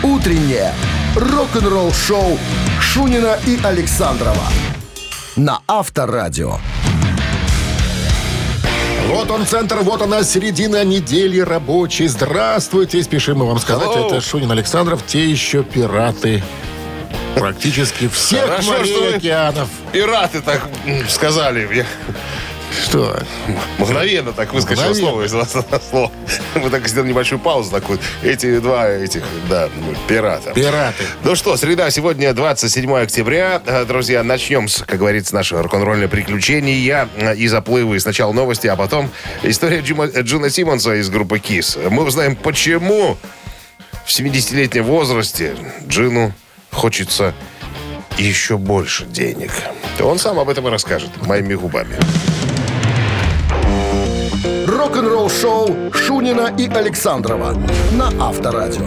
Утреннее рок-н-ролл-шоу Шунина и Александрова на Авторадио. Вот он центр, вот она середина недели рабочей. Здравствуйте, спешим мы вам сказать. Это Шунин, Александров, те еще пираты. Практически всех Хорошо, морей что и океанов. Пираты так сказали. Что? Мгновенно так выскочило слово из вас на слово. Мы так сделали небольшую паузу такую. Эти два пирата. Пираты. Ну что, среда, сегодня 27 октября. Друзья, начнем с, как говорится, нашего рок-н-ролльного приключения и заплывы. Сначала новости, а потом история Джона Симмонса из группы KISS. Мы узнаем, почему в 70-летнем возрасте Джину хочется еще больше денег. Он сам об этом и расскажет моими губами. Рок-н-ролл-шоу Шунина и Александрова на Авторадио.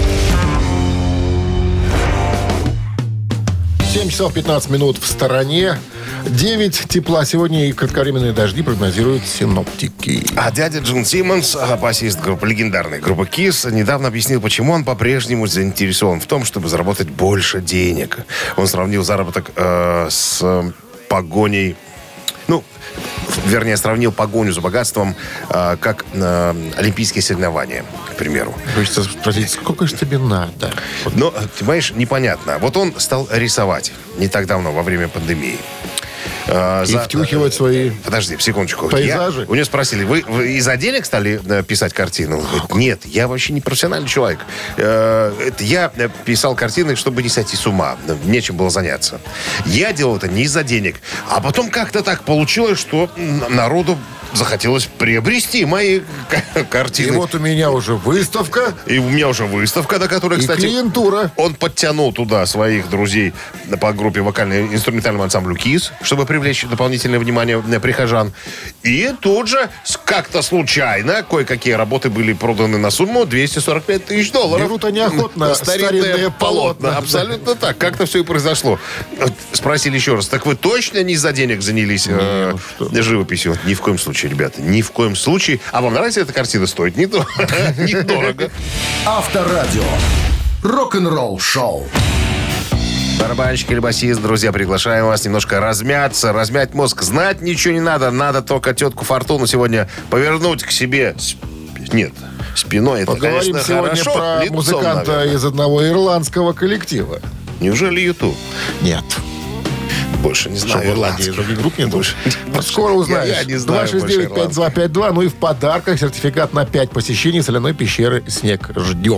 7 часов 15 минут в стороне. 9 тепла сегодня и кратковременные дожди прогнозируют синоптики. А дядя Джон Симмонс, басист легендарной группы KISS, недавно объяснил, почему он по-прежнему заинтересован в том, чтобы заработать больше денег. Он сравнил заработок с погоней... сравнил погоню за богатством как олимпийские соревнования, к примеру. Хочется спросить, сколько же тебе надо? Но, ты понимаешь, непонятно. Вот он стал рисовать не так давно, во время пандемии. И втюхивать свои... Подожди, секундочку. Пейзажи? У него спросили, вы из-за денег стали писать картины? Он говорит, нет, я вообще не профессиональный человек. Я писал картины, чтобы не сойти с ума. Нечем было заняться. Я делал это не из-за денег. А потом как-то так получилось, что народу захотелось приобрести мои картины. И вот у меня уже выставка. На которой, кстати... клиентура. Он подтянул туда своих друзей по группе вокально-инструментальному ансамблю KISS, чтобы привлечь дополнительное внимание прихожан. И тут же, как-то случайно, кое-какие работы были проданы на сумму $245 тысяч. Берут они охотно старинные полотна. Абсолютно так. Как-то все и произошло. Спросили еще раз, так вы точно не из-за денег занялись живописью? Ни в коем случае, ребята, ни в коем случае. А вам нравится эта картина? Стоит недорого. Авторадио. Рок-н-ролл шоу. Барабанщик или басист, друзья, приглашаем вас немножко размяться, размять мозг. Знать ничего не надо. Надо только тетку Фортуну сегодня повернуть к себе. Нет, спиной. Это, поговорим конечно, сегодня хорошо. про Лицом, музыканта наверное. из одного ирландского коллектива. Неужели YouTube? Нет. Больше не знаю. Что, в Ирландии других групп нет больше? Скоро Я узнаешь. не знаю больше 269-5252. Ну и в подарках сертификат на 5 посещений соляной пещеры «Снег». Ждем.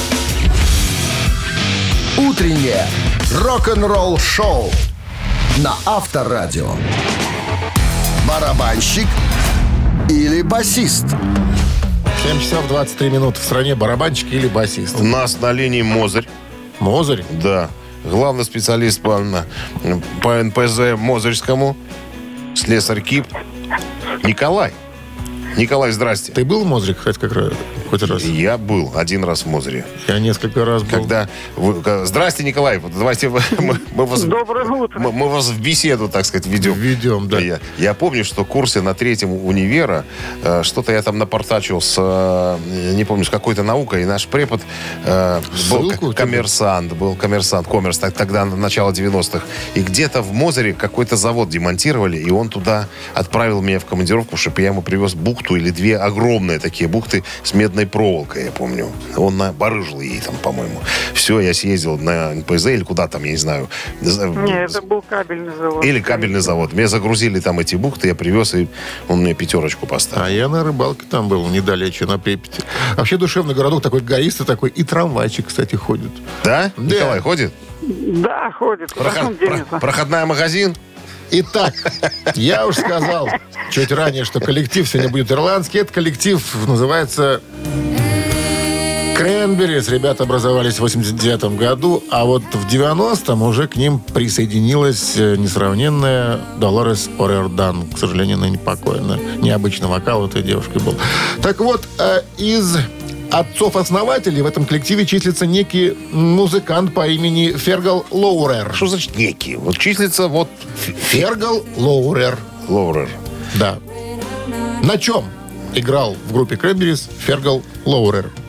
Утреннее рок-н-ролл шоу на Авторадио. Барабанщик или басист? 7 часов 23 минуты в стране. Барабанщик или басист? У нас на линии Мозырь. Мозырь? Да. Главный специалист по НПЗ Мозырьскому. Слесарь КИП. Николай. Николай, здрасте. Ты был в Мозыре, кстати, хоть раз? Я был один раз в Мозыре. Я несколько раз был. Здрасте, Николай. Давайте мы вас... Доброе утро. Мы вас в беседу, так сказать, ведем. Ведем, да. Я помню, что в курсе на 3-м универа что-то я там напортачил не помню, с какой-то наукой, и наш препод был коммерсант, коммерс, тогда начало 90-х. И где-то в Мозыре какой-то завод демонтировали, и он туда отправил меня в командировку, чтобы я ему привез бухту или 2 огромные такие бухты с медной проволокой, я помню. Он барыжил ей там, по-моему. Все, я съездил на НПЗ или куда там, я не знаю. Нет, это был кабельный завод. Или кабельный завод. Меня загрузили там эти бухты, я привез, и он мне 5 поставил. А я на рыбалке там был, недалече, на Припяти. Вообще душевный городок, такой гористый такой, и трамвайчик, кстати, ходит. Да? Николай ходит? Да, ходит. Проходной магазин? Итак, я уж сказал чуть ранее, что коллектив сегодня будет ирландский. Этот коллектив называется Кренберис. Ребята образовались в 89 году, а вот в 90-м уже к ним присоединилась несравненная Долорес О'Риордан. К сожалению, ныне покойная. Необычный вокал у этой девушки был. Так вот, из отцов-основателей в этом коллективе числится некий музыкант по имени Фергал Лоурер. Что значит некий? Вот числится вот... Фергал Лоурер. Лоурер. Да. На чем играл в группе Кренберис Фергал Лоурер?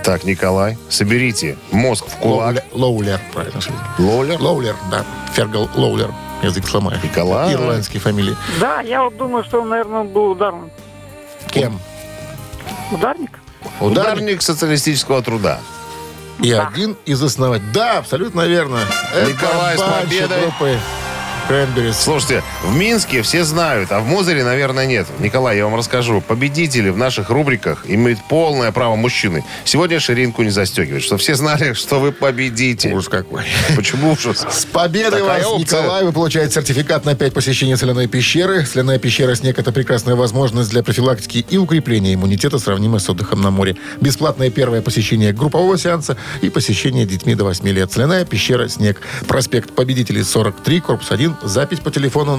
Так, Николай, соберите мозг в кулак. Лоулер, правильно сказать. Лоулер? Лоулер, да. Фергал Лоулер. Язык сломаю. Николай. Ирландские фамилии. Да, я вот думаю, что он, наверное, был ударным. Кем? Ударник? Ударник социалистического труда. И один из основателей. Да, абсолютно верно. Николай, с победой. Группы Кренберис. Слушайте, в Минске все знают, а в Мозыре, наверное, нет. Николай, я вам расскажу. Победители в наших рубриках имеют полное право мужчины сегодня ширинку не застегивать, чтобы все знали, что вы победите. Ужас какой. Почему ужас? С победой Такая вас, опция. Николай! Вы получаете сертификат на 5 посещений соляной пещеры. Соляная пещера «Снег» — это прекрасная возможность для профилактики и укрепления иммунитета, сравнимая с отдыхом на море. Бесплатное первое посещение группового сеанса и посещение детьми до 8 лет. Соляная пещера «Снег». Проспект Победителей, 43, корпус 1. Запись по телефону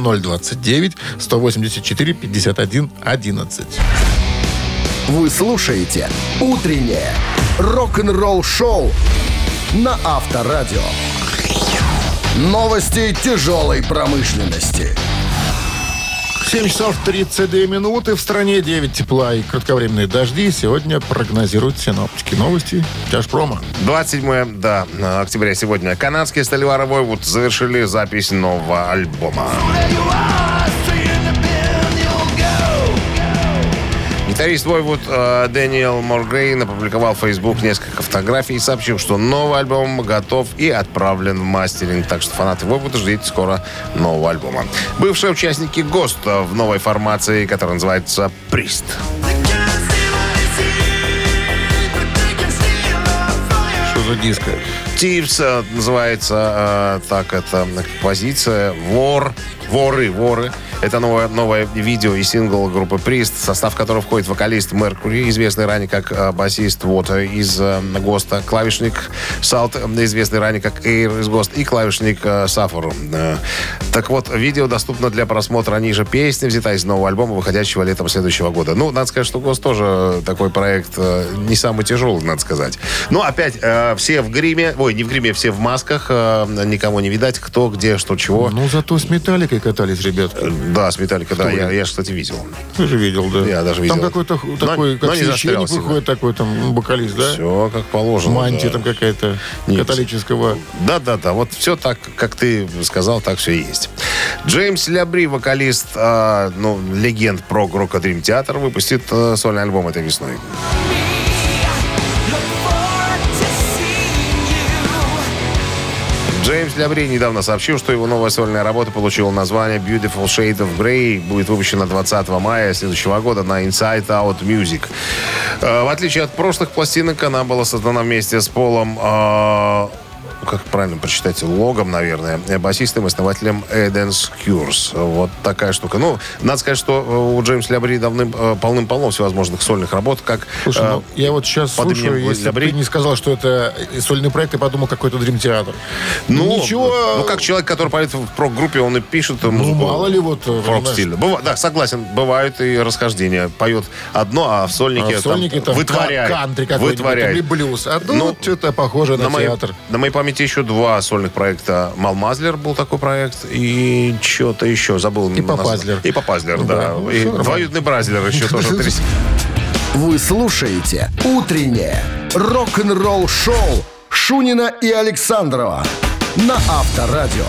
029-184-51-11. Вы слушаете «Утреннее рок-н-ролл-шоу» на Авторадио. Новости тяжелой промышленности. 7 часов 32 минуты. В стране 9 тепла и кратковременные дожди. Сегодня прогнозируют синоптики. Новости Тяжпрома. 27 октября сегодня канадские столевары Voivod завершили запись нового альбома. Гитарист Voivod Дэниел Моргрейн опубликовал в Facebook несколько фотографий и сообщил, что новый альбом готов и отправлен в мастеринг. Так что фанаты Voivod, ждите скоро нового альбома. Бывшие участники Ghost в новой формации, которая называется Priest. Что за диско? Thieves называется так эта композиция. Воры. Это новое видео и сингл группы Priest, в состав которого входит вокалист Меркури, известный ранее как басист Water из Госта, клавишник Salt, известный ранее как Air из Ghost, и клавишник Сафору. Так вот, видео доступно для просмотра ниже. Песня взята из нового альбома, выходящего летом следующего года. Ну, надо сказать, что Ghost тоже такой проект не самый тяжелый, надо сказать. Но опять, все в гриме, не в гриме, все в масках, никому не видать, кто, где, что, чего. Ну, зато с Металликой катались, ребятки. Да, с Металлика, да. Я, кстати, видел. Ты же видел, да? Я даже видел. Там какой-то такой, как священник выходит, такой там вокалист, да? Все как положено. Мантия да. там какая-то католического. Да. Вот все так, как ты сказал, так все и есть. Джеймс Лябри, вокалист легенд прог-рока Dream Theater, выпустит сольный альбом этой весной. Джеймс Лябри недавно сообщил, что его новая сольная работа получила название Beautiful Shade of Grey. Будет выпущена 20 мая следующего года на Inside Out Music. В отличие от прошлых пластинок, она была создана вместе с Полом... как правильно прочитать, Логом, наверное, басистом и основателем Эденс Кьюрс. Вот такая штука. Ну, надо сказать, что у Джеймса Лябри полным-полно всевозможных сольных работ, как... Слушай, я вот сейчас слушаю, если бы ты не сказал, что это сольный проект, я подумал, какой-то Dream Theater. Ничего... Ну, как человек, который поет в прок-группе, он и пишет музыку. Ну, мало ли вот... Прок-стиля. Да, согласен, бывают и расхождения. Поет одно, а в сольнике, там вытворяет. Кантри какой-нибудь, или блюз. А тут что-то похоже на театр. На моей памяти еще 2 сольных проекта. Малмазлер был такой проект. И что-то еще. Забыл. И Попазлер. И Попазлер, да. И двоюдный Бразлер еще тоже. Вы слушаете «Утреннее рок-н-ролл-шоу» Шунина и Александрова на Авторадио.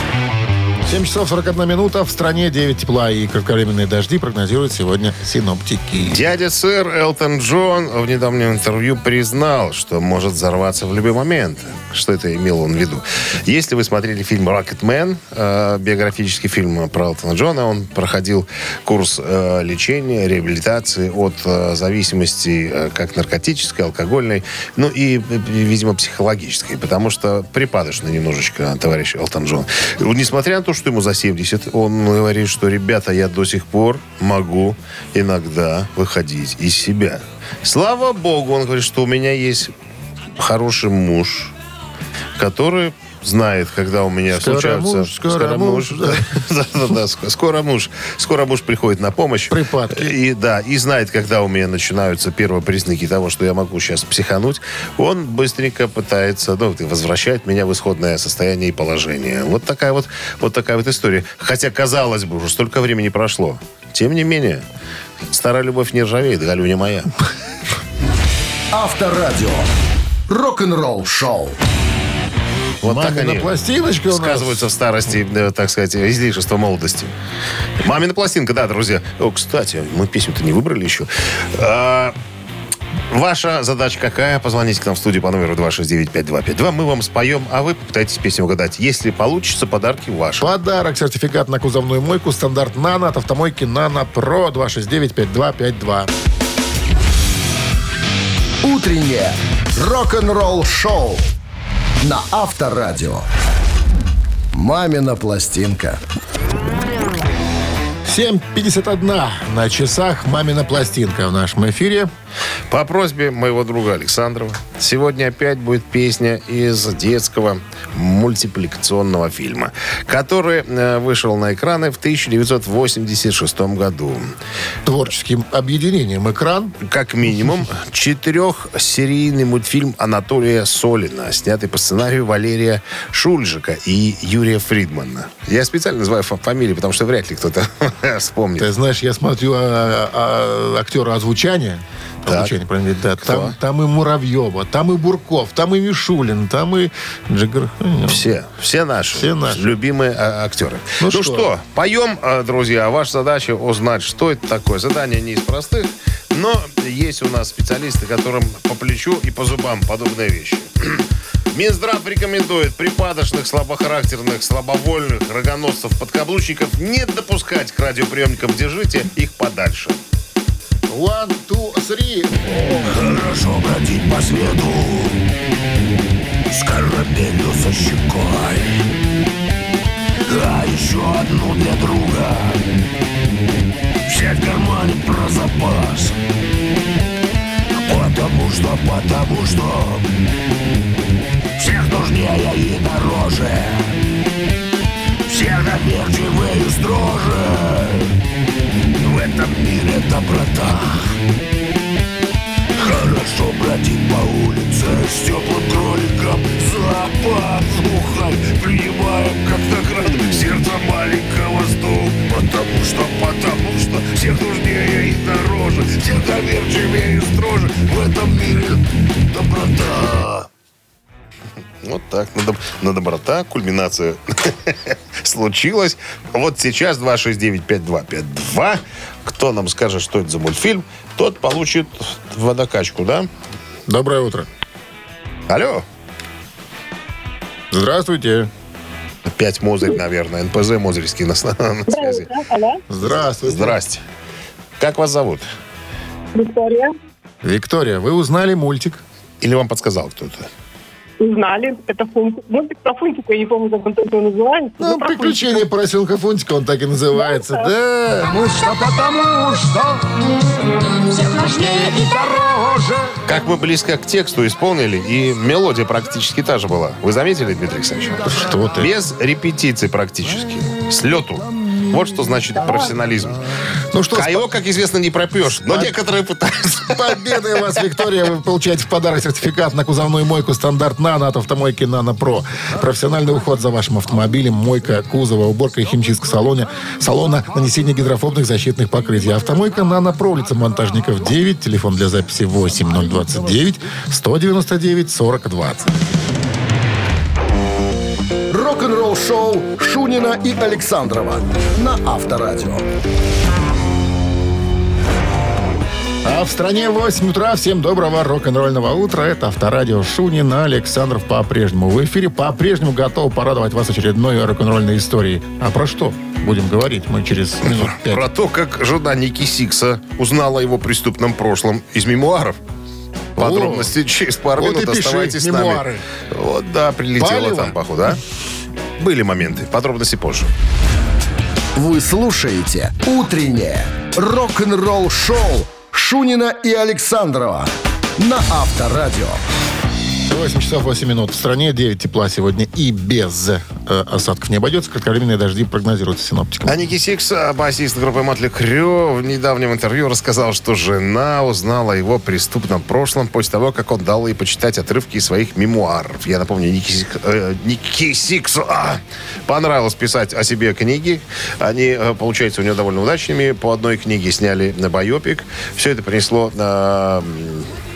7 часов 41 минута. В стране 9 тепла и кратковременные дожди прогнозируют сегодня синоптики. Дядя сэр Элтон Джон в недавнем интервью признал, что может взорваться в любой момент. Что это имел он в виду? Если вы смотрели фильм «Рокетмен», биографический фильм про Элтона Джона, он проходил курс лечения, реабилитации от зависимости как наркотической, алкогольной, ну и, видимо, психологической, потому что припадочный немножечко товарищ Элтон Джон. Несмотря на то, что ему за 70, он говорит, что, ребята, я до сих пор могу иногда выходить из себя. Слава богу, он говорит, что у меня есть хороший муж, который знает, когда у меня случаются... Скоро муж. Да, скоро муж приходит на помощь. Припадки. И знает, когда у меня начинаются первые признаки того, что я могу сейчас психануть. Он быстренько пытается возвращать меня в исходное состояние и положение. Вот такая вот история. Хотя, казалось бы, уже столько времени прошло. Тем не менее, старая любовь не ржавеет, Галюня моя. Авторадио. Рок-н-ролл шоу. Вот так Мамина они пластиночка у нас. сказываются в старости, так сказать, излишества молодости. Мамина пластинка, да, друзья. О, кстати, мы песню-то не выбрали еще. Ваша задача какая? Позвоните к нам в студию по номеру 269-5252. Мы вам споем, а вы попытаетесь песню угадать. Если получится, подарки ваши. Подарок, сертификат на кузовную мойку, стандарт «Нано» от автомойки «Нано Про», 269-5252. Утреннее рок-н-ролл шоу на Авторадио. Мамина пластинка. 7:51 на часах. Мамина пластинка в нашем эфире. По просьбе моего друга Александрова, сегодня опять будет песня из детского мультипликационного фильма, который вышел на экраны в 1986 году. Творческим объединением «Экран». Как минимум, 4-серийный мультфильм Анатолия Солина, снятый по сценарию Валерия Шульжика и Юрия Фридмана. Я специально называю фамилии, потому что вряд ли кто-то вспомнит. Ты знаешь, я смотрю актера озвучания. Правильно, да. Там и Муравьева, там и Бурков, там и Мишулин, там и Джигр. Все наши любимые актеры. Ну что, поем, друзья. Ваша задача узнать, что это такое. Задание не из простых, но есть у нас специалисты, которым по плечу и по зубам подобные вещи. Минздрав рекомендует припадочных, слабохарактерных, слабовольных, рогоносцев, подкаблучников не допускать к радиоприемникам. Держите их подальше. 1, 2, 3. Хорошо бродить по свету с карамелью за щекой, а еще одну для друга взять в кармане про запас. Потому что всех нужнее и дороже, всех доверчивее и строже. В этом мире доброта. Хорошо бродить по улице с теплым кроликом за пазухой, принимаем как награду сердце маленького стук. Потому что всех нужнее и дороже, всех доверчивее и строже. В этом мире доброта. Вот так. Доброта, кульминация случилась. Вот сейчас 269-5252. Кто нам скажет, что это за мультфильм, тот получит водокачку, да? Доброе утро. Алло. Здравствуйте. Опять Мозырь, наверное. НПЗ Мозырьский на связи. Здравствуйте. Здрасте. Как вас зовут? Виктория. Виктория, вы узнали мультик? Или вам подсказал кто-то? Узнали. Это мультик про Фунтика, я не помню, как он только называется. Ну, «Приключения поросенка Фунтика», он так и называется. Да. Потому что всех нужнее и дороже. Как мы близко к тексту исполнили, и мелодия практически та же была. Вы заметили, Дмитрий Александрович? Что ты? Без репетиций практически. С лету. Вот что значит профессионализм. Ну что, А его, как известно, не пропьешь. Но некоторые пытаются. победой вас, Виктория. Вы получаете в подарок сертификат на кузовную мойку стандарт «Нано» от автомойки «Нано Про». Профессиональный уход за вашим автомобилем, мойка кузова, уборка и химчистка салона, нанесение гидрофобных защитных покрытий. Автомойка «Нано Про», улица Монтажников, 9. Телефон для записи 8029 199 4020. Рок-н-ролл шоу Шунина и Александрова на Авторадио. А в стране 8 утра. Всем доброго рок-н-ролльного утра. Это Авторадио. Шунин, Александров по-прежнему. В эфире по-прежнему готов порадовать вас очередной рок-н-ролльной историей. А про что будем говорить мы через минут 5? Про то, как жена Ники Сикса узнала о его преступном прошлом из мемуаров. Подробности через пару вот минут. и пиши Оставайтесь мемуары. с нами. Вот, да, прилетело Палево. там, походу, да? Были моменты. Подробности позже. Вы слушаете «Утреннее рок-н-ролл-шоу» Шунина и Александрова на Авторадио. 8 часов 8 минут. В стране 9 тепла сегодня и без осадков не обойдется. Кратковременные дожди прогнозируются синоптиком. А Ники Сикс, басист группы Мотли Крю, в недавнем интервью рассказал, что жена узнала о его преступном прошлом после того, как он дал ей почитать отрывки из своих мемуаров. Я напомню, Ники Сиксу понравилось писать о себе книги. Они, получаются, у него довольно удачными. По одной книге сняли на байопик. Все это принесло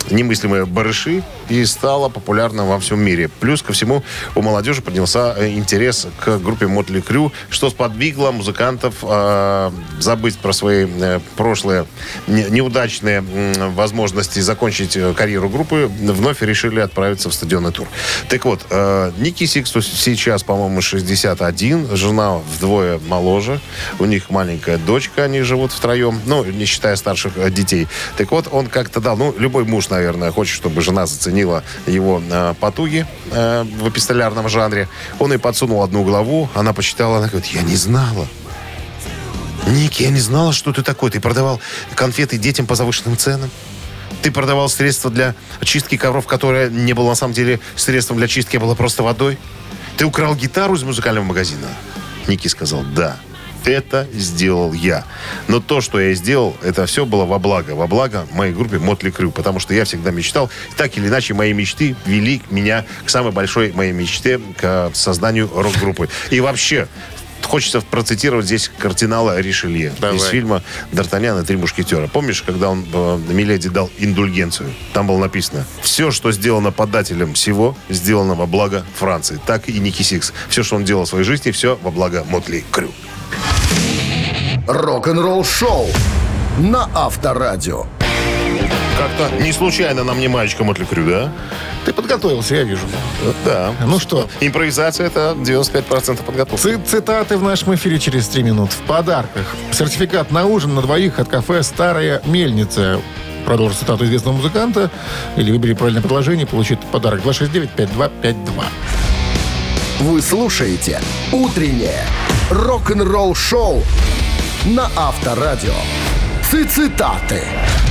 немыслимые барыши и стала популярна во всем мире. Плюс ко всему у молодежи поднялся интерес к группе Motley Crue, что сподвигло музыкантов забыть про свои прошлые неудачные возможности закончить карьеру группы, вновь решили отправиться в стадионный тур. Так вот, Ники Сиксу сейчас, по-моему, 61, жена вдвое моложе, у них маленькая дочка, они живут втроем, ну, не считая старших детей. Так вот, он как-то дал, ну, любой муж, наверное, хочет, чтобы жена заценила его потуги в эпистолярном жанре. Он ей подсунул одну главу, она почитала, она говорит: я не знала. Ники, я не знала, что ты такой. Ты продавал конфеты детям по завышенным ценам. Ты продавал средства для чистки ковров, которое не было на самом деле средством для чистки, а было просто водой. Ты украл гитару из музыкального магазина. Ники сказал: да, это сделал я. Но то, что я сделал, это все было во благо моей группе Motley Crue, потому что я всегда мечтал, так или иначе, мои мечты вели меня к самой большой моей мечте, к созданию рок-группы. И вообще, хочется процитировать здесь кардинала Ришелье. Давай. Из фильма «Д'Артаньян и три мушкетера». Помнишь, когда он Миледи дал индульгенцию? Там было написано: все, что сделано подателем всего, сделано во благо Франции. Так и Ники Сикс. Все, что он делал в своей жизни, все во благо Motley Crue. Рок-н-ролл шоу на Авторадио. Как-то не случайно нам не маечка Motley Crue, да? Ты подготовился, я вижу. Да. Ну что? Импровизация — это 95% подготовки. Цитаты в нашем эфире через 3 минут. В подарках сертификат на ужин на двоих от кафе «Старая мельница». Продолжи цитату известного музыканта или выбери правильное предложение, получит подарок. 269-5252. Вы слушаете «Утреннее рок-н-ролл-шоу» на Авторадио. Цитаты.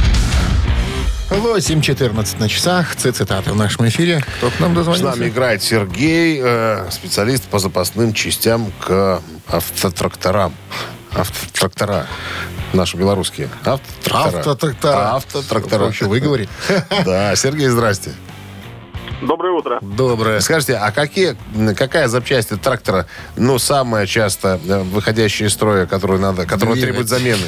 8:14 на часах. Цитаты в нашем эфире. Кто к нам дозвонился? С нами играет Сергей, специалист по запасным частям к автотракторам. Автотрактора. Наши белорусские. Автотрактора. Автотрактора. Вы говорите? Да, Сергей, здрасте. Доброе утро. Доброе. Скажите, а какая запчасть от трактора, ну, самая часто выходящая из строя, которая требует замены?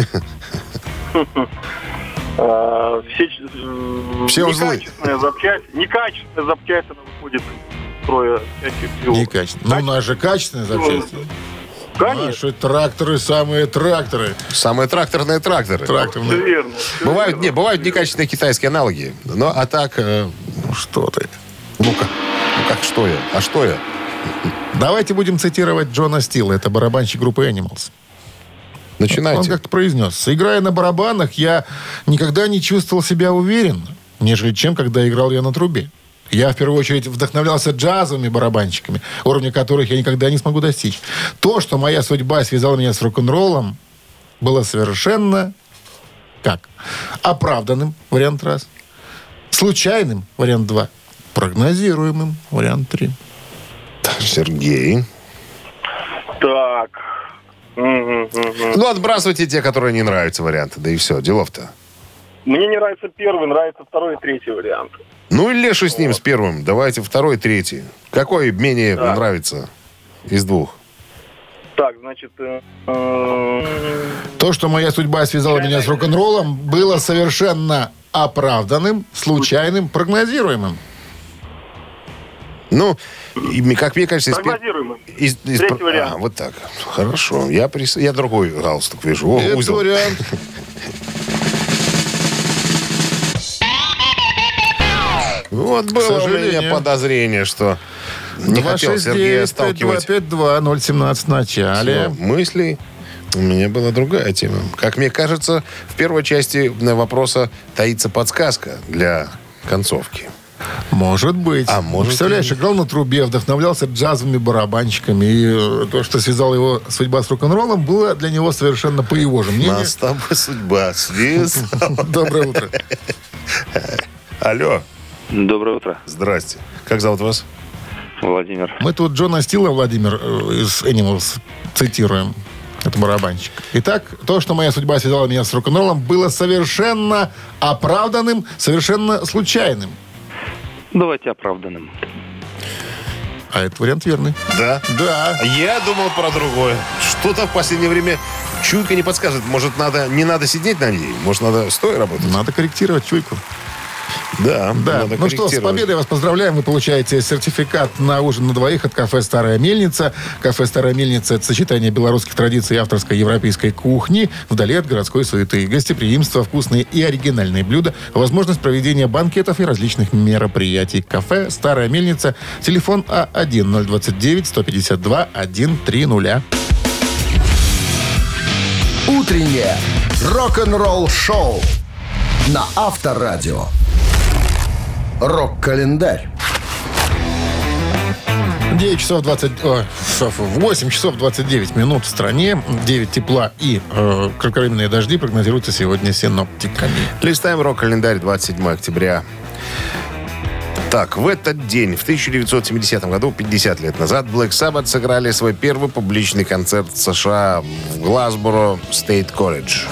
Все узлы. Некачественная запчасть, она выходит из строя чаще всего. Некачественная. Ну, у нас же качественная запчасть. Конечно. Наши тракторы самые тракторы. Самые тракторные тракторы. Тракторные. Все верно. Бывают некачественные китайские аналоги. Ну, а так... что ты? Что я? А что я? Давайте будем цитировать Джона Стилла. Это барабанщик группы Animals. Начинайте. Он как-то произнес: играя на барабанах, я никогда не чувствовал себя уверенно, нежели чем, когда играл я на трубе. Я, в первую очередь, вдохновлялся джазовыми барабанщиками, уровня которых я никогда не смогу достичь. То, что моя судьба связала меня с рок-н-роллом, было совершенно... как? Оправданным, вариант раз. Случайным, вариант 2. Прогнозируемым, вариант 3. Сергей. Так. Ну, отбрасывайте те, которые не нравятся варианты. Да и все, делов-то. Мне не нравится первый, нравится второй и третий вариант. Ну и леший с ним, с первым. Давайте второй, третий. Какой менее нравится из двух? Так, значит... То, что моя судьба связала меня с рок-н-роллом, было совершенно оправданным, случайным, прогнозируемым. Ну, как мне кажется... Прогнозируемым. Третий вариант. Вот так. Хорошо. Я другой галстук вижу. Это узел. вариант. Вот было у меня подозрение, что не хотел Сергея сталкивать. 269-5252-017 в начале. Все, мыслей у меня была другая тема. Как мне кажется, в первой части вопроса таится подсказка для концовки. Может быть. Представляешь, играл на трубе, вдохновлялся джазовыми барабанщиками. И то, что связала его судьба с рок-н-роллом, было для него совершенно по его же мнению. Нас с тобой судьба связала. Доброе утро. Алло. Доброе утро. Здрасте. Как зовут вас? Владимир. Мы тут Джона Стилла, Владимир, из Animals цитируем. Это барабанщик. Итак, то, что моя судьба связала меня с рок-н-роллом, было совершенно оправданным, совершенно случайным. Давайте оправданным. А этот вариант верный. Да? Да. Я думал про другое. Что-то в последнее время чуйка не подсказывает. Может, не надо сидеть на ней? Может, надо стоя работать? Надо корректировать чуйку. Да, Да, надо ну что, с корректировать. победой вас поздравляем. Вы получаете сертификат на ужин на двоих от кафе «Старая мельница». Кафе «Старая мельница» — это сочетание белорусских традиций и авторской европейской кухни вдали от городской суеты. Гостеприимство, вкусные и оригинальные блюда, возможность проведения банкетов и различных мероприятий. Кафе «Старая мельница». Телефон А1-029-152-130. Утреннее рок-н-ролл-шоу на Авторадио. Рок-календарь. 8 часов 29 минут в стране. 9 тепла и кратковременные дожди прогнозируются сегодня синоптиками. Листаем рок-календарь, 27 октября. Так, в этот день, в 1970 году, 50 лет назад, Black Sabbath сыграли свой первый публичный концерт в США в Глазборо Стейт Колледж.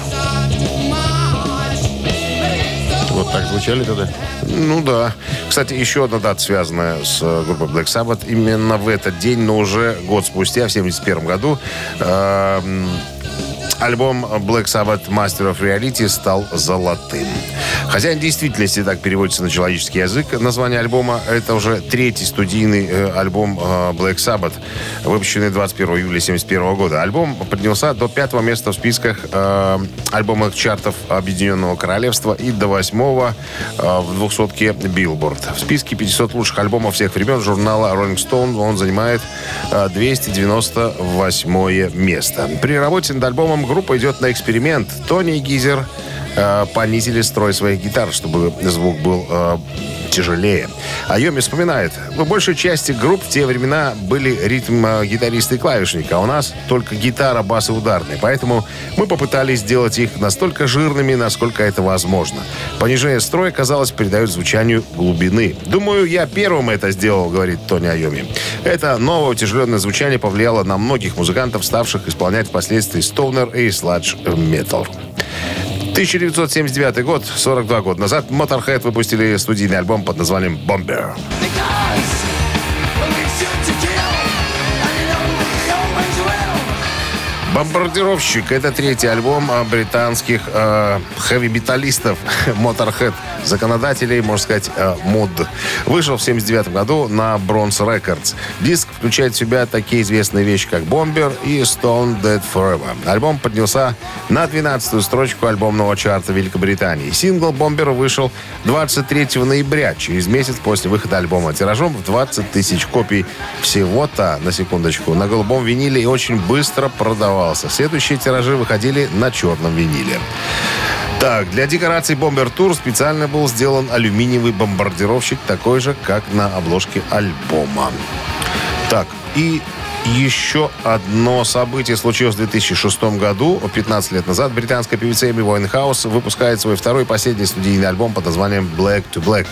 Вот так звучали тогда? Ну да. Кстати, еще одна дата, связанная с группой Black Sabbath. Именно в этот день, но уже год спустя, в 1971 году, альбом Black Sabbath Master of Reality стал золотым. «Хозяин действительности» так переводится на человеческий язык. Название альбома — это уже третий студийный альбом Black Sabbath, выпущенный 21 июля 1971 года. Альбом поднялся до 5-го места в списках альбомных чартов Объединенного Королевства и до 8-го в 200-ке Billboard. В списке 500 лучших альбомов всех времен журнала Rolling Stone он занимает 298-е место. При работе над альбомом группа идет на эксперимент. Тони и Гизер понизили строй своих гитар, чтобы звук был тяжелее. Айоми вспоминает: в большей части групп в те времена были ритм-гитаристы и клавишник, а у нас только гитара, бас и ударные. Поэтому мы попытались сделать их настолько жирными, насколько это возможно. Понижение строя, казалось, придает звучанию глубины. «Думаю, я первым это сделал», — говорит Тони Айоми. Это новое утяжеленное звучание повлияло на многих музыкантов, ставших исполнять впоследствии стоунер и сладж-метал. 1979 год, 42 года назад, Motorhead выпустили студийный альбом под названием «Bomber». «Бомбардировщик» — это третий альбом британских хэви-металлистов Motorhead, законодателей, можно сказать, мод. Вышел в 1979 году на Bronze Records. Диск включает в себя такие известные вещи, как «Bomber» и «Stone Dead Forever». Альбом поднялся на 12-ю строчку альбомного чарта Великобритании. Сингл «Bomber» вышел 23 ноября, через месяц после выхода альбома, тиражом в 20 тысяч копий всего-то, на секундочку, на голубом виниле, и очень быстро продавался. Следующие тиражи выходили на черном виниле. Так, для декораций Bomber Tour специально был сделан алюминиевый бомбардировщик, такой же, как на обложке альбома. Так, и еще одно событие случилось в 2006 году. 15 лет назад британская певица Эми Уайнхаус выпускает свой второй и последний студийный альбом под названием «Black to Black».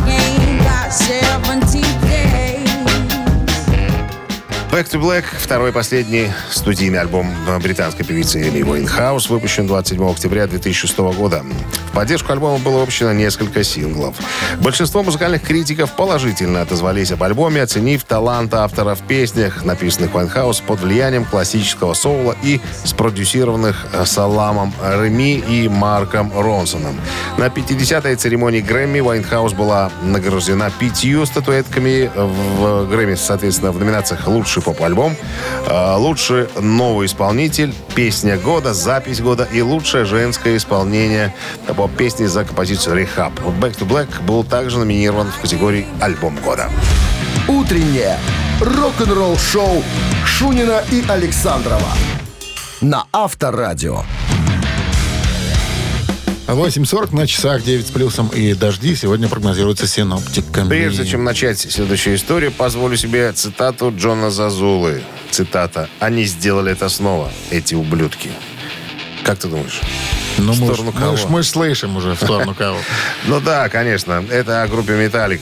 «Back to Black» — второй и последний студийный альбом британской певицы Эми Уайнхаус, выпущен 27 октября 2006 года. В поддержку альбома было выпущено несколько синглов. Большинство музыкальных критиков положительно отозвались об альбоме, оценив талант автора в песнях, написанных Уайнхаус под влиянием классического соула и спродюсированных Саламом Реми и Марком Ронсоном. На 50-й церемонии Грэмми Уайнхаус была награждена 5 статуэтками в Грэмми, соответственно, в номинациях «Лучший поп-альбом», «Лучший новый исполнитель», «Песня года», «Запись года» и «Лучшее женское исполнение поп-песни» за композицию «Rehab». «Back to Black» был также номинирован в категории «Альбом года». Утреннее рок-н-ролл-шоу Шунина и Александрова на Авторадио. 8:40 на часах, 9 с плюсом и дожди сегодня прогнозируются синоптиками. Прежде чем начать следующую историю, позволю себе цитату Джона Зазулы. Цитата: «Они сделали это снова, эти ублюдки». Как ты думаешь? Ну, в сторону кого? Мы слышим уже в сторону кого. Ну да, конечно. Это о группе «Металлика».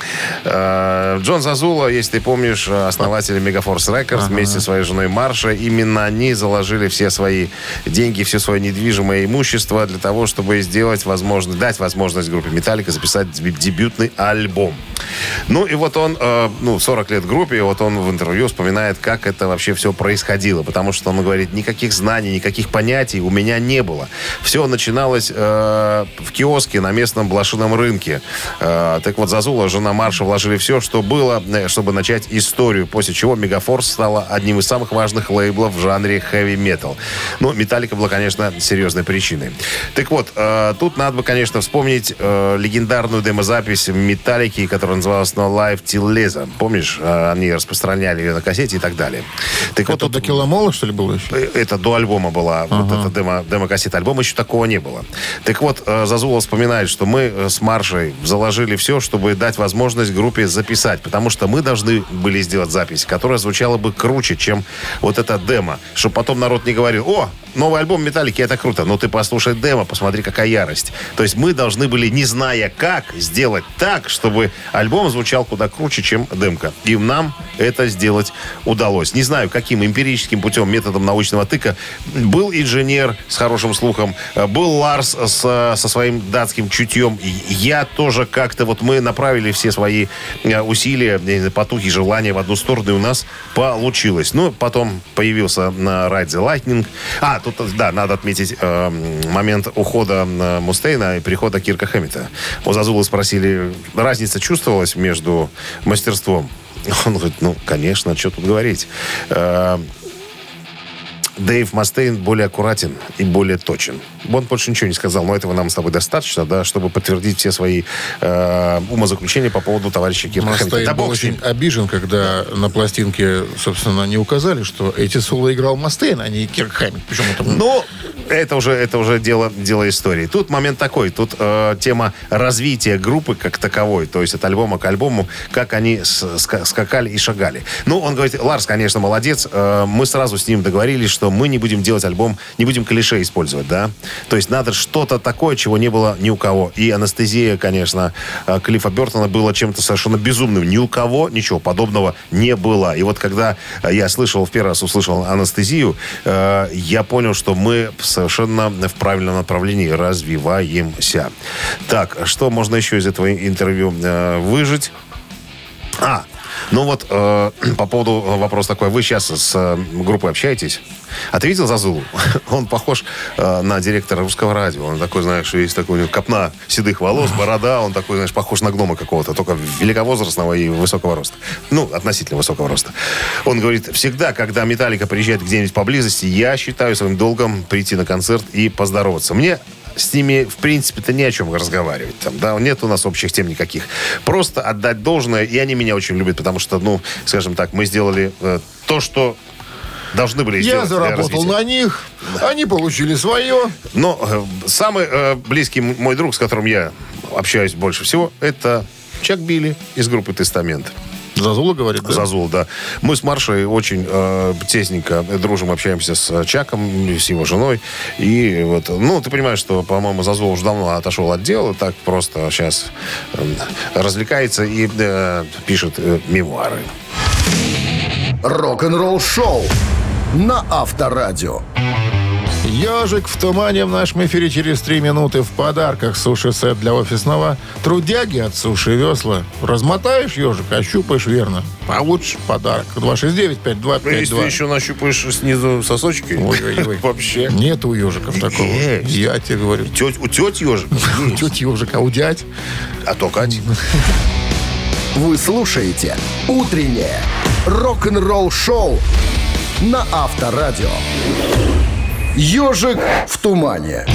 Джон Зазула, если ты помнишь, основатель Megaforce Records, вместе со своей женой Маршей, именно они заложили все свои деньги, все свое недвижимое имущество для того, чтобы дать возможность группе Metallica записать дебютный альбом. Ну и вот он, 40 лет группе, и вот он в интервью вспоминает, как это вообще все происходило, потому что он говорит, никаких знаний, никаких понятий у меня не было. Все начиналось в киоске на местном блошином рынке. Так вот, Зазула, жена Марша, вложили все, что было, чтобы начать историю, после чего Megaforce стала одним из самых важных лейблов в жанре хэви-метал. Ну, Metallica была, конечно, серьезной причиной. Так вот, тут надо бы, конечно, вспомнить легендарную демозапись Metallica, которая называлась No Life Till Laser. Помнишь, они распространяли ее на кассете и так далее. Так это вот, до Киломола, что ли, было еще? Это до альбома была. Вот эта демо-кассета. Альбома еще такого не было. Так вот, Зазула вспоминает, что мы с Маршей заложили все, чтобы дать возможность группе записать. Потому что мы должны были сделать запись, которая звучала бы круче, чем вот эта демо. Чтобы потом народ не говорил, о, новый альбом Металлики, это круто. Но ты послушай демо, посмотри, какая ярость. То есть мы должны были, не зная как, сделать так, чтобы альбом звучал куда круче, чем демка. И нам это сделать удалось. Не знаю, каким эмпирическим путем, методом научного тыка. Был инженер с хорошим слухом, был Ларс со своим датским чутьем. Я тоже как-то, вот мы направили все свои усилия, потухи, желания в одну сторону, и у нас получилось. Ну, потом появился на Ride the Lightning. Тут, да, надо отметить момент ухода Мустейна и прихода Кирка Хэммета. У Зазулы спросили, разница чувствовалась между мастерством? Он говорит, конечно, что тут говорить. Дэйв Мастейн более аккуратен и более точен. Он больше ничего не сказал, но этого нам с тобой достаточно, да, чтобы подтвердить все свои умозаключения по поводу товарища Кирка Хэммета. Мастейн был очень обижен, когда на пластинке, собственно, не указали, что эти соло играл Мастейн, а не Кирк Хэммет. Почему там? Ну, это уже дело истории. Тут момент такой, тут тема развития группы как таковой, то есть от альбома к альбому, как они скакали и шагали. Ну, он говорит, Ларс, конечно, молодец, мы сразу с ним договорились, что мы не будем делать альбом, не будем клише использовать, да. То есть надо что-то такое, чего не было ни у кого. И анестезия, конечно, Клиффа Бёртона была чем-то совершенно безумным. Ни у кого ничего подобного не было. И вот когда я в первый раз услышал анестезию, я понял, что мы совершенно в правильном направлении развиваемся. Так, что можно еще из этого интервью выжать? По поводу вопроса такой. Вы сейчас с группой общаетесь? А ты видел Зазулу? Он похож на директора Русского радио. Он такой, знаешь, есть такой у него копна седых волос, борода. Он такой, знаешь, похож на гнома какого-то, только великовозрастного и высокого роста. Ну, относительно высокого роста. Он говорит, всегда, когда Металлика приезжает где-нибудь поблизости, я считаю своим долгом прийти на концерт и поздороваться. Мне с ними, в принципе-то, не о чем разговаривать. Там, да, нет у нас общих тем никаких. Просто отдать должное, и они меня очень любят, потому что, скажем так, мы сделали то, что должны были сделать. Я заработал на них, они получили свое. Но самый близкий мой друг, с которым я общаюсь больше всего, это Чак Билли из группы «Тестамент». Зазула говорит, да? Зазула, да. Мы с Маршей очень тесненько дружим, общаемся с Чаком, с его женой. И вот, ты понимаешь, что, по-моему, Зазула уже давно отошел от дела, так просто сейчас развлекается и пишет мемуары. Рок-н-ролл шоу на Авторадио. «Ежик в тумане» в нашем эфире через 3 минуты. В подарках суши-сет для офисного трудяги от «Суши Весла». Размотаешь ежик, ощупаешь верно, получишь подарок. 269-5252. Если еще нащупаешь снизу сосочки, ой. вообще. Нет у ежиков такого. Есть. Я тебе говорю. У тети ежик? У тети ежик, а у дядь? А то Катя. Вы слушаете «Утреннее рок-н-ролл-шоу» на Авторадио. «Ежик в тумане».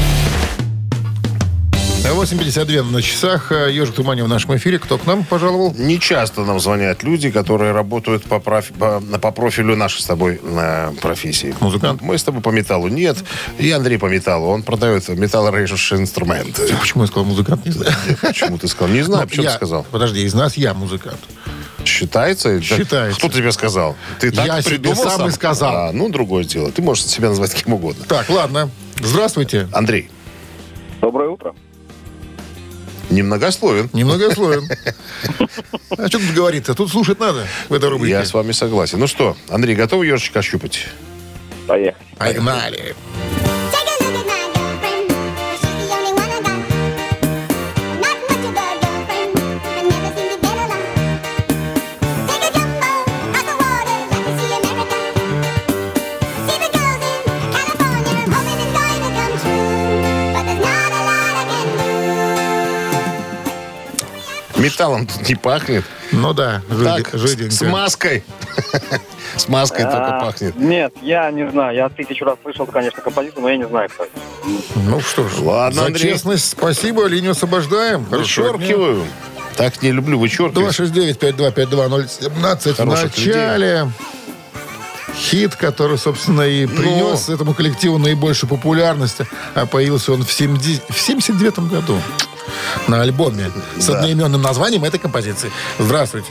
8:52 на часах. «Ежик в тумане» в нашем эфире. Кто к нам пожаловал? Не часто нам звонят люди, которые работают по профилю нашей с тобой профессии. Музыкант? Мы с тобой по металлу. Нет. И Андрей по металлу. Он продает металлорежущие инструменты. Почему я сказал музыкант? Не знаю. Почему ты сказал? Не знаю, почему ты сказал. Подожди, из нас я музыкант. Считается? Считается. Кто тебе сказал? Ты так я придумал себе сам и сказал. Другое дело. Ты можешь себя назвать кем угодно. Так, ладно. Здравствуйте. Андрей. Доброе утро. Немногословен. Немногословен. А что тут говорить-то? Тут слушать надо в этой рубрике. Я с вами согласен. Ну что, Андрей, готов ежичек ощупать? Поехали. Погнали. Металлом тут не пахнет. Ну да, Так, жиденько. с маской. С маской только пахнет. Нет, я не знаю. Я 1000 раз слышал, конечно, композицию, но я не знаю, кто это. Ну что ж, Ладно, за Андрей. честность спасибо, линию освобождаем. Хорошего дня. Вычеркиваю. Так не люблю вычеркивать. 269-5252017 в Хороших начале. Хит, который, собственно, и принес этому коллективу наибольшую популярность. А появился он в 79-м году на альбоме с одноименным названием этой композиции. Здравствуйте.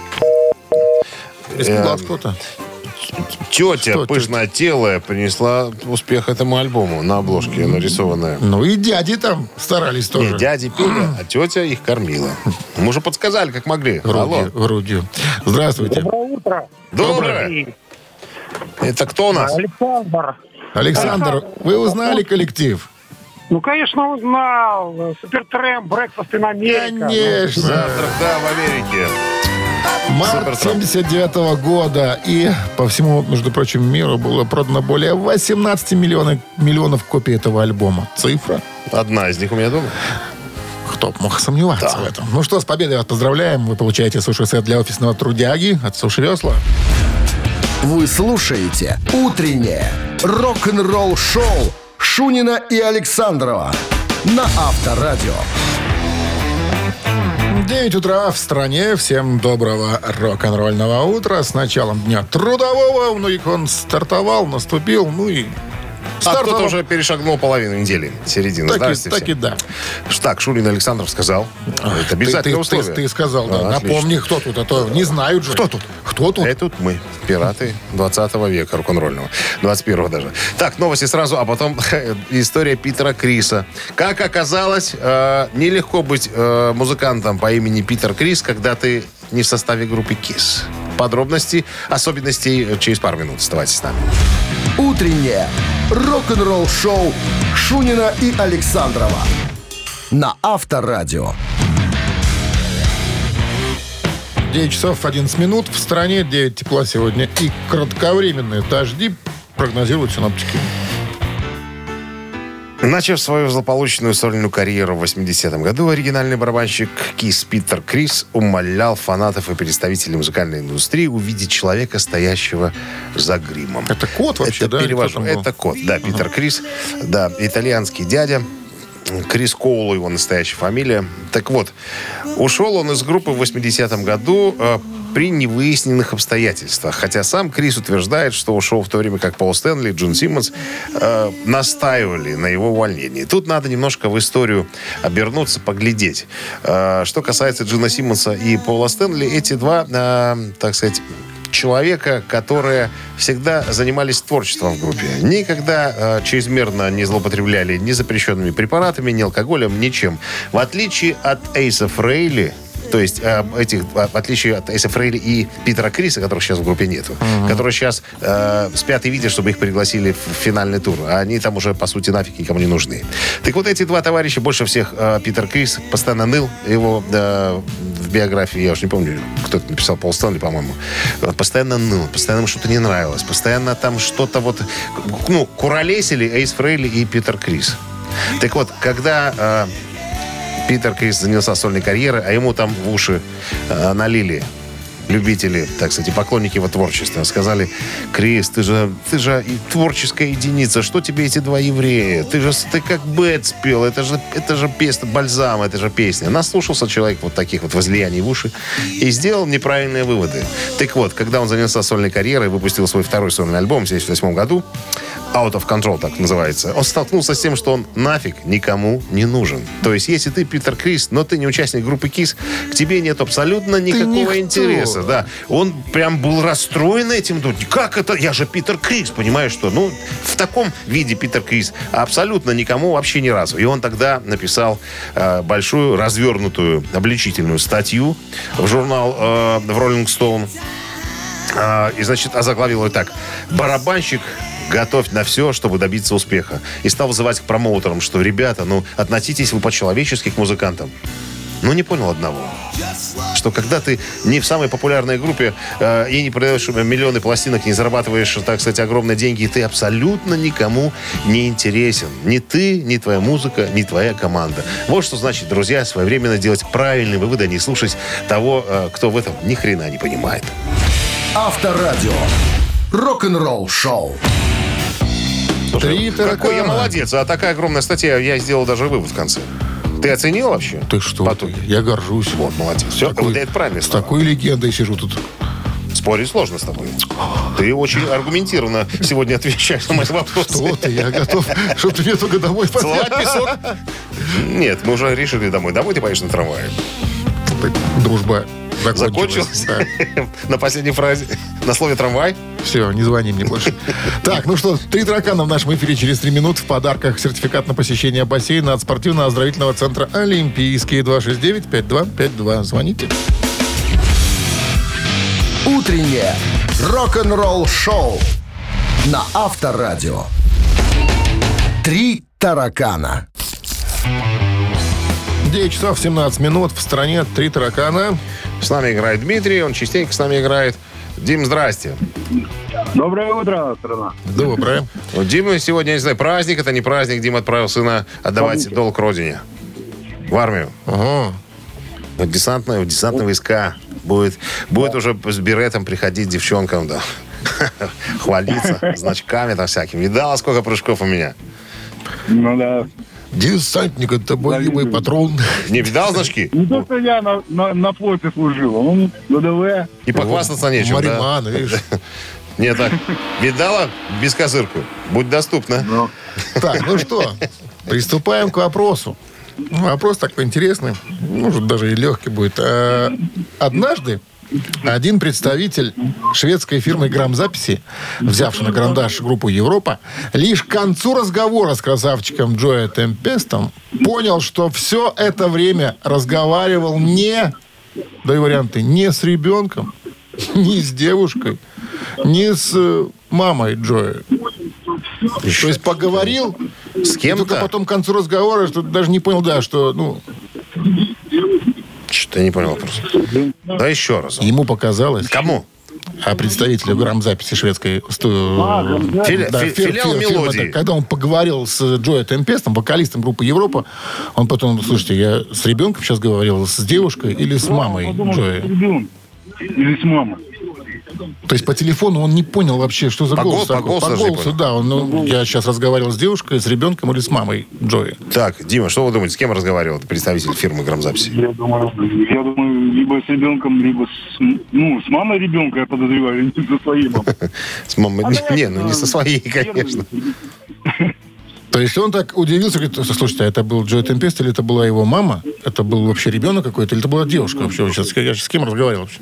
Испугал кто-то? Тетя Что пышнотелая принесла успех этому альбому на обложке нарисованная. Ну и дяди там старались тоже. Не, дяди пели, а тетя их кормила. Мы уже подсказали, как могли. Алло. Грудью. Здравствуйте. Доброе утро. Доброе. Это кто у нас? Александр. Александр, вы узнали коллектив? Ну, конечно, узнал. Супертрамп, Breakfast in America. Конечно. Завтрак, да, в Америке. Март 79 года. И по всему, между прочим, миру было продано более 18 миллионов копий этого альбома. Цифра. Одна из них у меня дома. Кто б мог сомневаться в этом? Ну что, с победой вас поздравляем. Вы получаете суши-сет для офисного трудяги от Суши Весла. Вы слушаете «Утреннее рок-н-ролл-шоу» Шунина и Александрова на Авторадио. 9 утра в стране. Всем доброго рок-н-ролльного утра. С началом дня трудового. У многих он стартовал, наступил. Ну и А кто-то уже перешагнул половину недели, середину. Так и да. Так, Шунин Александров сказал. Это обязательное условие. Ты сказал, да. Отлично. Напомни, кто тут, а то не знают же. Кто тут? Это тут мы, пираты 20 века рок-н-ролльного. 21-го даже. Так, новости сразу, а потом история Питера Криса. Как оказалось, нелегко быть музыкантом по имени Питер Крис, когда ты не в составе группы KISS. Подробности, особенностей через пару минут. Оставайтесь с нами. «Утреннее рок-н-ролл-шоу» Шунина и Александрова на Авторадио. 9 часов 11 минут. В стране 9 тепла сегодня. И кратковременные дожди прогнозируют синоптики. Начав свою злополучную сольную карьеру в 80-м году, оригинальный барабанщик KISS Питер Крис умолял фанатов и представителей музыкальной индустрии увидеть человека, стоящего за гримом. Это кот вообще, это да? перевожу. Это кот, да, Питер Крис. Да, итальянский дядя. Крис Коул его настоящая фамилия. Так вот, ушел он из группы в 80-м году при невыясненных обстоятельствах. Хотя сам Крис утверждает, что ушел в то время, как Пол Стэнли и Джон Симмонс настаивали на его увольнении. Тут надо немножко в историю обернуться, поглядеть. Что касается Джона Симмонса и Пола Стэнли, эти два, так сказать, человека, которые всегда занимались творчеством в группе. Никогда чрезмерно не злоупотребляли ни запрещенными препаратами, ни алкоголем, ничем. В отличие от Эйса Фрейли, то есть в отличие от Эйса Фрейли и Питера Криса, которых сейчас в группе нету, которые сейчас спят и видят, чтобы их пригласили в финальный тур. А они там уже, по сути, нафиг никому не нужны. Так вот, эти два товарища, больше всех Питер Крис постоянно ныл. Его в биографии, я уж не помню, кто это написал, Пол Стэнли, по-моему, постоянно ныл, постоянно ему что-то не нравилось, постоянно там что-то вот, куролесили Эйс Фрейли и Питер Крис. Так вот, когда Питер Крис занялся сольной карьерой, а ему там в уши налили любители, так сказать, и поклонники его творчества. Сказали: Крис, ты же и творческая единица. Что тебе эти два еврея? Ты как Бет спел. Это же песня, бальзам, это же песня. Наслушался человек вот таких вот возлияний в уши и сделал неправильные выводы. Так вот, когда он занялся сольной карьерой, выпустил свой второй сольный альбом в 1978 году, Out of Control так называется, он столкнулся с тем, что он нафиг никому не нужен. То есть, если ты Питер Крис, но ты не участник группы KISS, к тебе нет абсолютно никакого интереса. Криса, да. Он прям был расстроен этим. Как это? Я же Питер Крис, понимаешь, что? Ну, в таком виде Питер Крис абсолютно никому вообще ни разу. И он тогда написал большую развернутую обличительную статью в журнал в Rolling Stone. И, значит, озаглавил ее так: «Барабанщик готов на все, чтобы добиться успеха». И стал вызывать к промоутерам, что, ребята, относитесь вы по-человечески к музыкантам. Не понял одного. Что когда ты не в самой популярной группе и не продаешь миллионы пластинок, не зарабатываешь, так сказать, огромные деньги, ты абсолютно никому не интересен. Ни ты, ни твоя музыка, ни твоя команда. Вот что значит, друзья, своевременно делать правильные выводы, а не слушать того, кто в этом ни хрена не понимает. Авторадио. Рок-н-ролл шоу. Слушай, какой я молодец. А такая огромная статья, я сделал даже вывод в конце. Ты оценил вообще? Ты что? Я горжусь. Вот, молодец. Все, это правильно. С такой легендой сижу тут. Спорить сложно с тобой. Ты очень аргументированно сегодня отвечаешь на мои вопросы. Что ты? Я готов, чтобы ты мне только домой подъехал. Целовать песок? Нет, мы уже решили домой. Домой ты поедешь на трамвае. Дружба закончилась? Да. На последней фразе. На слове «трамвай». Все, не звони мне больше. Так, 3 таракана в нашем эфире через 3 минуты. В подарках сертификат на посещение бассейна от спортивно-оздоровительного центра «Олимпийский». 269-5252. Звоните. Утреннее рок-н-ролл шоу на Авторадио. 3 таракана. 9 часов 17 минут. В стране 3 таракана. С нами играет Дмитрий. Он частенько с нами играет. Дим, здрасте. Доброе утро, страна. Доброе. Вот Дима сегодня, я не знаю, праздник, это не праздник. Дим отправил сына отдавать долг родине. В армию. Ага. В десантные войска. Будет уже с беретом приходить девчонкам, да. Хвалиться значками там всякими. Видала, сколько прыжков у меня? Ну да. Десантник, это боевой патрон. Не видал значки? Не то, что я на флоте служил, он ВДВ. И похвастаться нечем, Мариман, видишь. Не так. Видала? Без козырку. Будь доступна. Так, что, приступаем к вопросу. Вопрос такой интересный. Может, даже и легкий будет. Однажды один представитель шведской фирмы грамзаписи, взявший на карандаш группу «Европа», лишь к концу разговора с красавчиком Джои Темпестом понял, что все это время разговаривал не с ребенком, не с девушкой, не с мамой Джои. То есть поговорил с кем-то. Только потом к концу разговора, что даже не понял, что, Что-то я не понял вопрос. Да еще раз. Ему показалось. Кому? А представителю грамзаписи шведской филиал «Мелодии». Когда он поговорил с Джои Темпестом, вокалистом группы «Европа», он потом, слушайте, я с ребенком сейчас говорил, с девушкой или с мамой Джои? Или с мамой. То есть по телефону он не понял вообще, что за голос такой. По голосу, да. Я сейчас разговаривал с девушкой, с ребенком или с мамой Джои. Так, Дима, что вы думаете, с кем разговаривал представитель фирмы грамзаписи? Я думаю, либо с ребенком, либо с мамой ребенка, я подозреваю, не со своей мамой. С мамой? Не со своей, конечно. То есть он так удивился, говорит: слушайте, а это был Джои Темпест, или это была его мама? Это был вообще ребенок какой-то, или это была девушка вообще? Я сейчас с кем разговаривал вообще?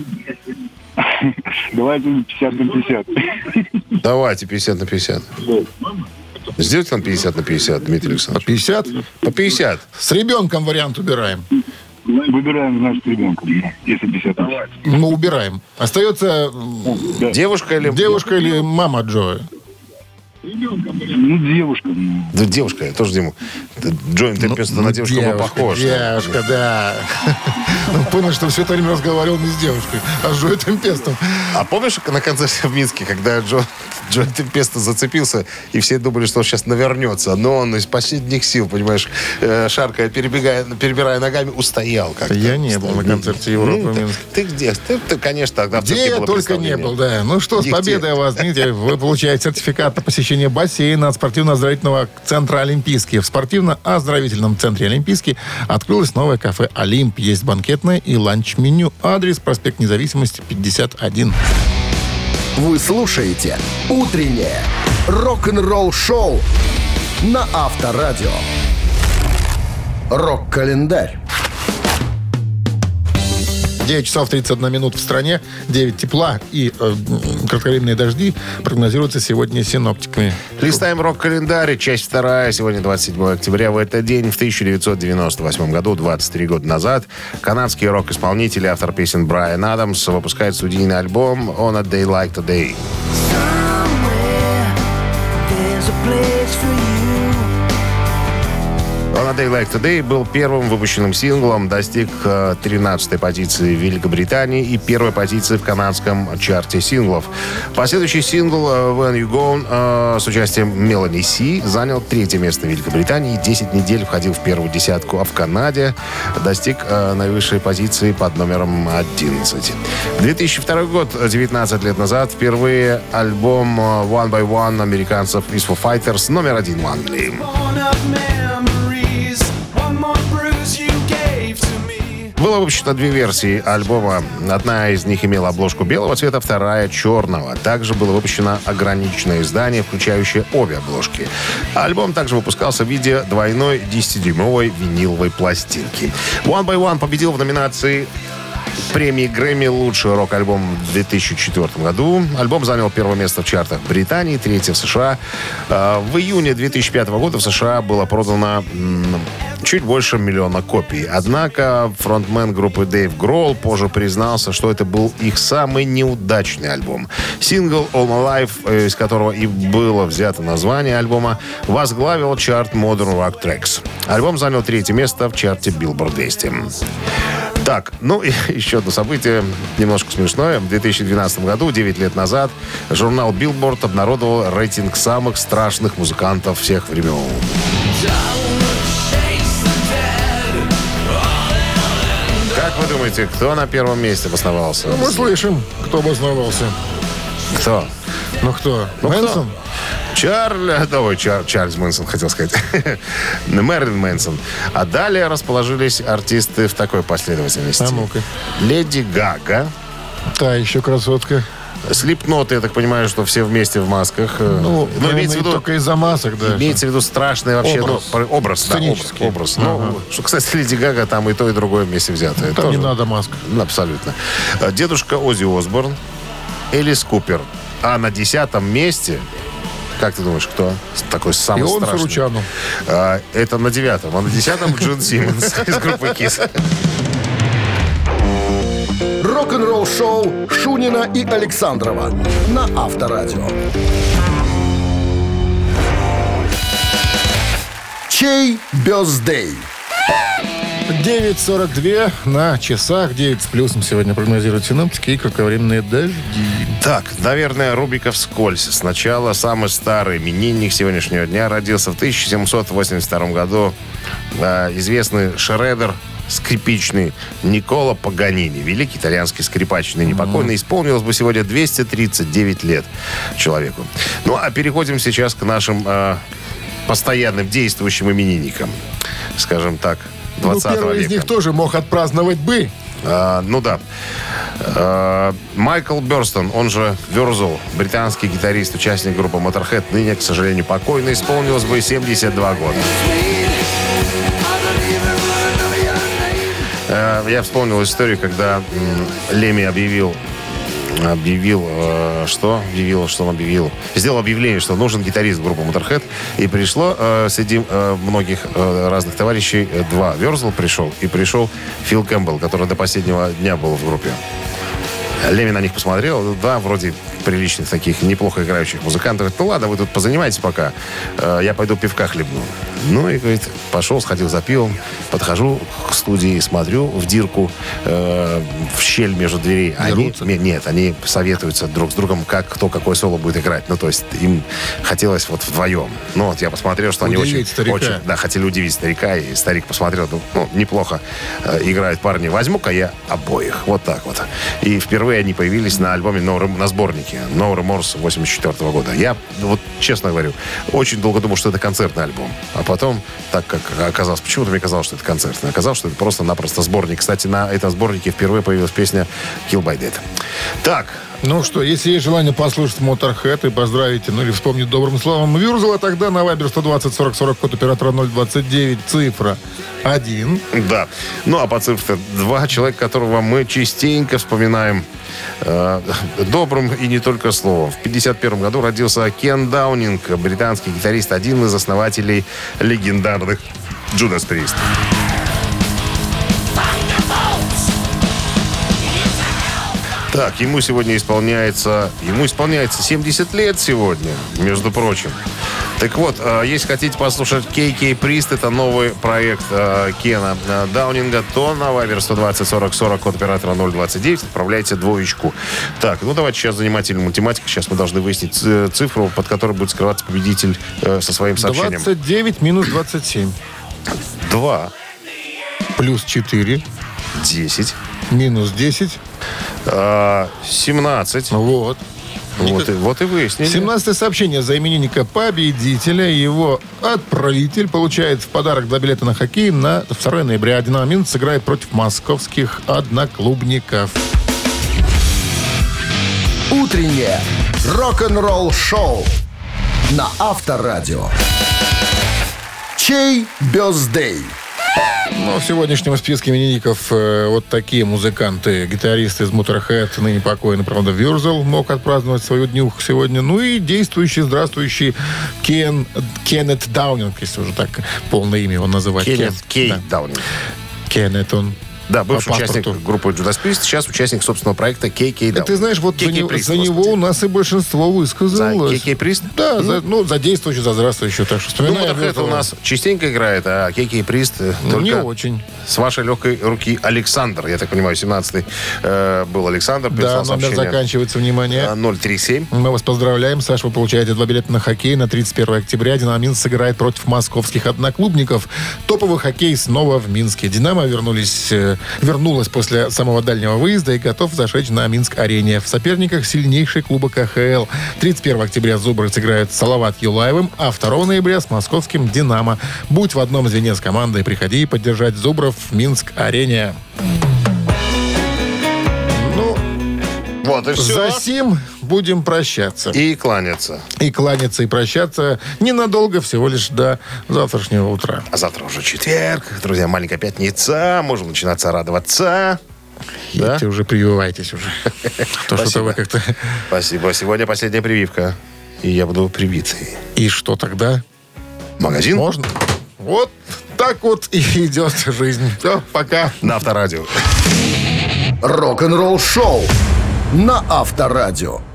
Давайте 50 на 50. Давайте 50 на 50. Сделайте нам 50 на 50, Дмитрий Александрович. По 50? По 50. С ребенком вариант убираем. Выбираем, значит, ребенком, если 50 на 50. Убираем. Остается девушка или мама Джои? Девушка. Да, девушка, я тоже Диму. Джои Темпест на девушку был похож. Девушка, да. Понял, что все это время разговаривал не с девушкой, а с Джои Темпестом. А помнишь на концерте в Минске, когда Джои Темпест зацепился, и все думали, что он сейчас навернется, но он из последних сил, понимаешь, шаркая, перебирая ногами, устоял как-то. Я не был на концерте Европы в Минске. Ты где? Ты, конечно, тогда в где я только не был, да. Ну что, с победой вас, Дмитрий. Вы получаете сертификат на посещение бассейна от спортивно-оздоровительного центра «Олимпийский». В спортивно-оздоровительном центре «Олимпийский» открылось новое кафе «Олимп». Есть банкетное и ланч-меню. Адрес: проспект Независимости, 51. Вы слушаете «Утреннее рок-н-ролл-шоу» на Авторадио. Рок-календарь. 9 часов 31 минут в стране, 9 тепла и кратковременные дожди прогнозируются сегодня синоптиками. Листаем рок-календарь, часть 2, сегодня 27 октября. В этот день, в 1998 году, 23 года назад, канадский рок-исполнитель, автор песен Брайан Адамс, выпускает студийный альбом «On a Day Like Today». «On a Day Like Today» был первым выпущенным синглом, достиг 13-й позиции в Великобритании и первой позиции в канадском чарте синглов. Последующий сингл «When You Gone» с участием Мелани Си занял 3-е место в Великобритании и 10 недель входил в первую десятку, а в Канаде достиг наивысшей позиции под номером 11. 2002 год, 19 лет назад, впервые альбом «One by One» американцев из Foo Fighters номер 1 в Англии. Было выпущено 2 версии альбома. Одна из них имела обложку белого цвета, вторая черного. Также было выпущено ограниченное издание, включающее обе обложки. Альбом также выпускался в виде двойной 10-дюймовой виниловой пластинки. One by One победил в номинации премии Грэмми «Лучший рок-альбом» в 2004 году. Альбом занял 1-е место в чартах Британии, 3-е в США. В июне 2005 года в США было продано чуть больше 1 миллиона копий. Однако фронтмен группы Дэйв Гроул позже признался, что это был их самый неудачный альбом. Сингл «All My Life», из которого и было взято название альбома, возглавил чарт Modern Rock Tracks. Альбом занял 3-е место в чарте Billboard 200. Так, ну и еще одно событие, немножко смешное. В 2012 году, 9 лет назад, журнал Billboard обнародовал рейтинг самых страшных музыкантов всех времен. Как вы думаете, кто на первом месте обосновался? Ну, мы слышим, кто обосновался. Кто? Ну, кто? Мэнсон? Чарльз Мэнсон, хотел сказать. Мэрилин Мэнсон. А далее расположились артисты в такой последовательности. А ну-ка. Леди Гага. Та еще красотка. Слипнот, я так понимаю, что все вместе в масках. Ну, имеется в виду, только из-за масок, да. Имеется в виду страшный вообще образ. Сценический. Образ. Ну, что, кстати, Леди Гага там и то, и другое вместе взято. Там тоже не надо маск. Абсолютно. Дедушка Оззи Осборн, Элис Купер. А на 10-м месте... Как ты думаешь, кто такой самый страшный? Ион Суручану. Это на 9-м. А на 10-м Джон Симмонс из группы Кисс. Рок-н-ролл шоу Шунина и Александрова на Авторадио. Чей бёздей? 9:42 на часах, 9 с плюсом сегодня прогнозируют синоптики и кратковременные дожди. Так, наверное, рубрика вскользь. Сначала самый старый именинник сегодняшнего дня родился в 1782 году. Известный шредер скрипичный Николо Паганини. Великий итальянский скрипач, ныне покойный. Исполнилось бы сегодня 239 лет человеку. Ну, а переходим сейчас к нашим постоянным действующим именинникам. Скажем так, 20 века. Первый из них тоже мог отпраздновать бы. Ну да. Майкл Бёрстон, он же Вёрзел, британский гитарист, участник группы Motorhead, ныне, к сожалению, покойный, исполнилось бы 72 года. Я вспомнил историю, когда Леми сделал объявление, что нужен гитарист группы Motorhead. И пришло среди многих разных товарищей 2. Вёрзел пришел, и пришел Фил Кэмпбелл, который до последнего дня был в группе. Леми на них посмотрел, да, вроде приличных таких, неплохо играющих музыкантов. Говорит, ну ладно, вы тут позанимайтесь пока, я пойду пивка хлебну. Ну и, говорит, пошел, сходил за пивом, подхожу к студии, смотрю в дирку, в щель между дверей. Они советуются друг с другом, как кто какой соло будет играть. Ну, то есть им хотелось вот вдвоем. Ну, вот я посмотрел, что они очень, хотели удивить старика, и старик посмотрел, ну, неплохо играют парни, возьму-ка я обоих. Вот так вот. И впервые они появились на альбоме, на сборнике No Remorse 84 года. Я, вот честно говорю, очень долго думал, что это концертный альбом. А потом, так как оказалось, почему-то мне казалось, что это концертный. Оказалось, что это просто-напросто сборник. Кстати, на этом сборнике впервые появилась песня Kill by Death. Так, Ну что, если есть желание послушать Motorhead и поздравить, ну или вспомнить добрым словом Вюрзела, тогда на Viber 120 40 40 код оператора 029, цифра 1. Да. Ну, а по цифре 2 человека, которого мы частенько вспоминаем добрым и не только словом. В 1951 году родился Кен Даунинг, британский гитарист, один из основателей легендарных Judas Priest. Так, ему исполняется 70 лет сегодня, между прочим. Так вот, если хотите послушать KK Priest, это новый проект Кена Даунинга, то на Viber 120 40 40 код оператора 029 отправляйте двоечку. Так, ну давайте сейчас занимательная математика. Сейчас мы должны выяснить цифру, под которой будет скрываться победитель со своим сообщением. 29 минус 27. 2. Плюс 4. 10. Минус 10. 17. Вот. Вот и выяснили. 17-е сообщение за именинника победителя. Его отправитель получает в подарок 2 билета на хоккей на 2 ноября. «Динамо Минск» сыграет против московских одноклубников. Утреннее рок-н-ролл-шоу на Авторадио. Чей бёздей? Но в сегодняшнем списке именинников вот такие музыканты. Гитарист из Motorhead, ныне покойный, правда, Вюрзел, мог отпраздновать свою днюху сегодня. Ну и действующий, здравствующий Кеннет Даунинг, если уже так полное имя его называть. Кеннет Кей Даунинг. Кеннет он. Да, бывший участник группы Judas Priest, сейчас участник собственного проекта KK Down. Ты знаешь, вот за него у нас и большинство высказалось. За KK Priest? Да, за действующий, за здравствующий. Так что вспоминаем. Ну, это у нас частенько играет, а KK Priest только не очень. С вашей легкой руки Александр. Я так понимаю, 17-й был Александр. Да, номер заканчивается, внимание. 037. Мы вас поздравляем, Саша, вы получаете 2 билета на хоккей на 31 октября. «Динамо Минск» сыграет против московских одноклубников. Топовый хоккей снова в Минске. «Динамо» вернулась после самого дальнего выезда и готов зашить на Минск-арене. В соперниках сильнейший клуба КХЛ. 31 октября «Зубры» сыграют с Салават Юлаевым, а 2 ноября с московским «Динамо». Будь в одном звене с командой, приходи поддержать «Зубров» в Минск-арене. Ну, вот и все. За сим будем прощаться. И кланяться. И кланяться, и прощаться ненадолго, всего лишь до завтрашнего утра. А завтра уже четверг. Друзья, маленькая пятница. Можем начинаться радоваться. Идите уже, прививайтесь уже. То что-то вы как-то... Спасибо. Сегодня последняя прививка. И я буду привитый. И что тогда? Магазин? Можно. Вот так вот и идет жизнь. Все, пока. На Авторадио. Рок-н-ролл-шоу на Авторадио.